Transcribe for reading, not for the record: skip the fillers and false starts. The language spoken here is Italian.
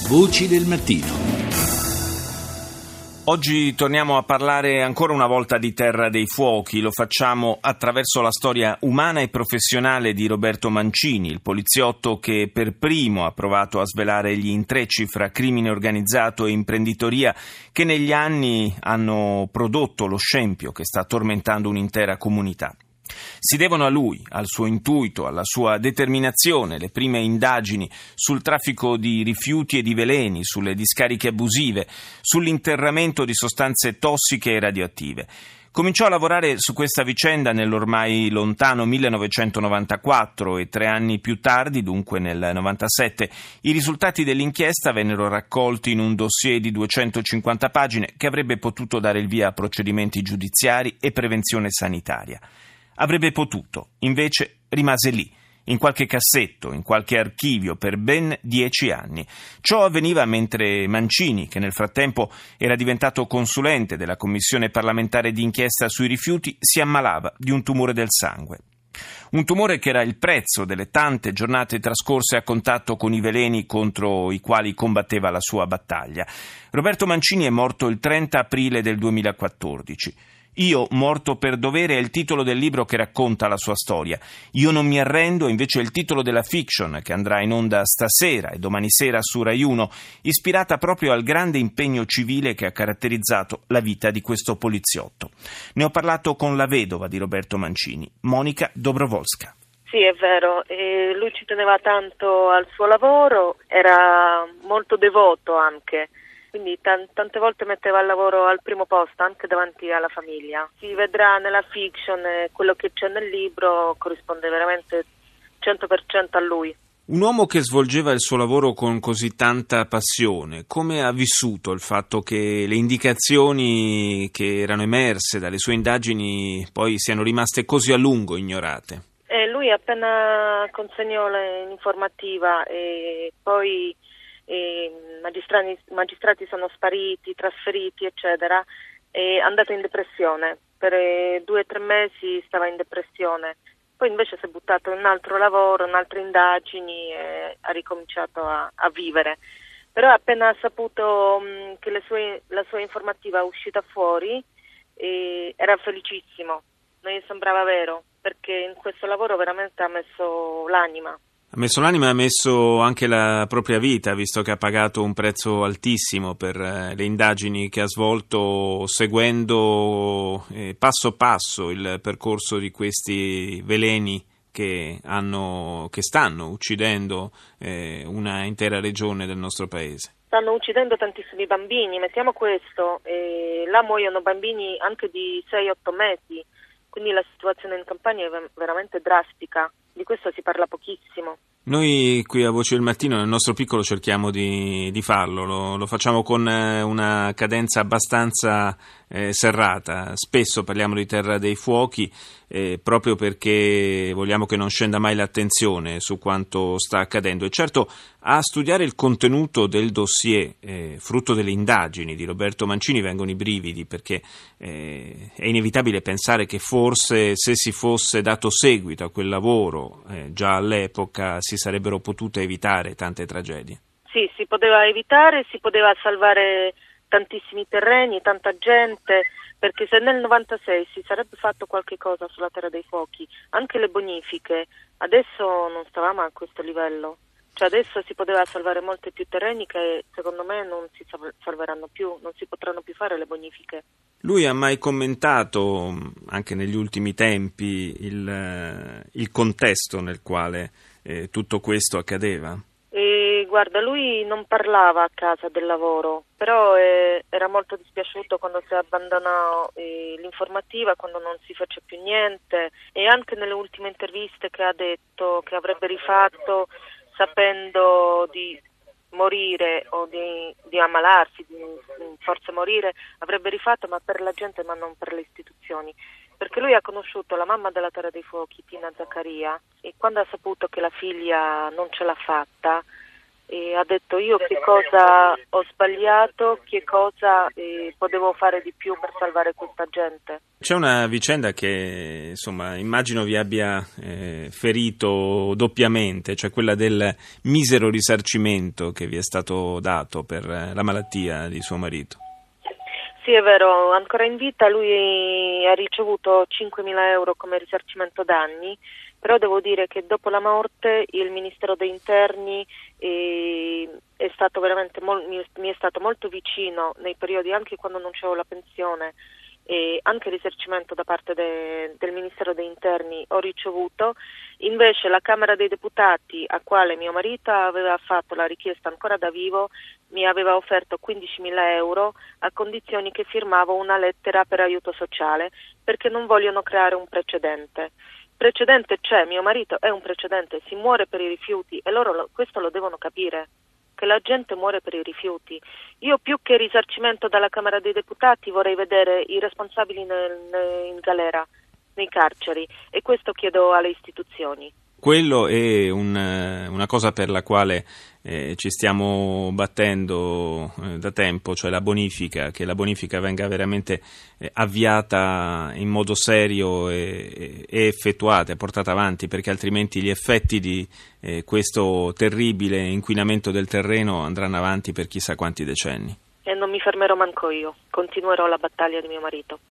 Voci del mattino. Oggi torniamo a parlare ancora una volta di Terra dei Fuochi. Lo facciamo attraverso la storia umana e professionale di Roberto Mancini, il poliziotto che per primo ha provato a svelare gli intrecci fra crimine organizzato e imprenditoria che negli anni hanno prodotto lo scempio che sta tormentando un'intera comunità. Si devono a lui, al suo intuito, alla sua determinazione, le prime indagini sul traffico di rifiuti e di veleni, sulle discariche abusive, sull'interramento di sostanze tossiche e radioattive. Cominciò a lavorare su questa vicenda nell'ormai lontano 1994 e 3 anni più tardi, dunque nel 97, i risultati dell'inchiesta vennero raccolti in un dossier di 250 pagine che avrebbe potuto dare il via a procedimenti giudiziari e prevenzione sanitaria. Avrebbe potuto, invece rimase lì, in qualche cassetto, in qualche archivio, per ben 10 anni. Ciò avveniva mentre Mancini, che nel frattempo era diventato consulente della Commissione parlamentare d'inchiesta sui rifiuti, si ammalava di un tumore del sangue. Un tumore che era il prezzo delle tante giornate trascorse a contatto con i veleni contro i quali combatteva la sua battaglia. Roberto Mancini è morto il 30 aprile del 2014. Io, morto per dovere, è il titolo del libro che racconta la sua storia. Io non mi arrendo, invece, è il titolo della fiction che andrà in onda stasera e domani sera su Rai 1, ispirata proprio al grande impegno civile che ha caratterizzato la vita di questo poliziotto. Ne ho parlato con la vedova di Roberto Mancini, Monica Dobrowolska. Sì, è vero, lui ci teneva tanto al suo lavoro, era molto devoto anche. Quindi tante volte metteva il lavoro al primo posto, anche davanti alla famiglia. Si vedrà nella fiction, quello che c'è nel libro corrisponde veramente 100% a lui. Un uomo che svolgeva il suo lavoro con così tanta passione, come ha vissuto il fatto che le indicazioni che erano emerse dalle sue indagini poi siano rimaste così a lungo ignorate? Lui appena consegnò l'informativa e poi magistrati sono spariti, trasferiti, eccetera, è andato in depressione. Per 2 o 3 mesi stava in depressione. Poi invece si è buttato in un altro lavoro, in altre indagini e ha ricominciato a vivere. Però appena ha saputo che la sua informativa è uscita fuori, era felicissimo. Non gli sembrava vero, perché in questo lavoro veramente ha messo l'anima. Ha messo l'anima e ha messo anche la propria vita, visto che ha pagato un prezzo altissimo per le indagini che ha svolto, seguendo passo passo il percorso di questi veleni che stanno uccidendo una intera regione del nostro paese. Stanno uccidendo tantissimi bambini, mettiamo questo, là muoiono bambini anche di 6-8 mesi, quindi la situazione in Campania è veramente drastica. Di questo si parla pochissimo. Noi qui a Voci del Mattino nel nostro piccolo cerchiamo di farlo, lo facciamo con una cadenza abbastanza serrata. Spesso parliamo di Terra dei Fuochi proprio perché vogliamo che non scenda mai l'attenzione su quanto sta accadendo. E certo, a studiare il contenuto del dossier frutto delle indagini di Roberto Mancini vengono i brividi, perché è inevitabile pensare che forse se si fosse dato seguito a quel lavoro già all'epoca si sarebbero potute evitare tante tragedie. Sì, si poteva evitare, si poteva salvare tantissimi terreni, tanta gente, perché se nel 96 si sarebbe fatto qualche cosa sulla Terra dei Fuochi, anche le bonifiche, adesso non stavamo a questo livello. Cioè adesso si poteva salvare molti più terreni che secondo me non si salveranno più, non si potranno più fare le bonifiche. Lui ha mai commentato, anche negli ultimi tempi, il contesto nel quale tutto questo accadeva? Guarda, lui non parlava a casa del lavoro, però era molto dispiaciuto quando si abbandonò l'informativa, quando non si fece più niente, e anche nelle ultime interviste che ha detto che avrebbe rifatto sapendo di morire o di ammalarsi, di forse morire, avrebbe rifatto, ma per la gente ma non per le istituzioni. Perché lui ha conosciuto la mamma della Terra dei Fuochi, Tina Zaccaria, e quando ha saputo che la figlia non ce l'ha fatta, e ha detto io che cosa ho sbagliato, che cosa potevo fare di più per salvare questa gente. C'è una vicenda che insomma immagino vi abbia ferito doppiamente, cioè quella del misero risarcimento che vi è stato dato per la malattia di suo marito. Sì, è vero, ancora in vita lui ha ricevuto 5.000 euro come risarcimento danni, però devo dire che dopo la morte il Ministero degli Interni è stato veramente mi è stato molto vicino nei periodi anche quando non c'avevo la pensione, e anche il risarcimento da parte del Ministero degli Interni ho ricevuto. Invece la Camera dei Deputati, a quale mio marito aveva fatto la richiesta ancora da vivo, mi aveva offerto 15.000 euro a condizioni che firmavo una lettera per aiuto sociale, perché non vogliono creare un precedente. Precedente c'è, mio marito è un precedente, si muore per i rifiuti e loro questo lo devono capire, che la gente muore per i rifiuti. Io più che risarcimento dalla Camera dei Deputati vorrei vedere i responsabili in galera, nei carceri, e questo chiedo alle istituzioni. Quello è una cosa per la quale ci stiamo battendo da tempo, cioè la bonifica, che la bonifica venga veramente avviata in modo serio e effettuata e portata avanti, perché altrimenti gli effetti di questo terribile inquinamento del terreno andranno avanti per chissà quanti decenni. E non mi fermerò manco io, continuerò la battaglia di mio marito.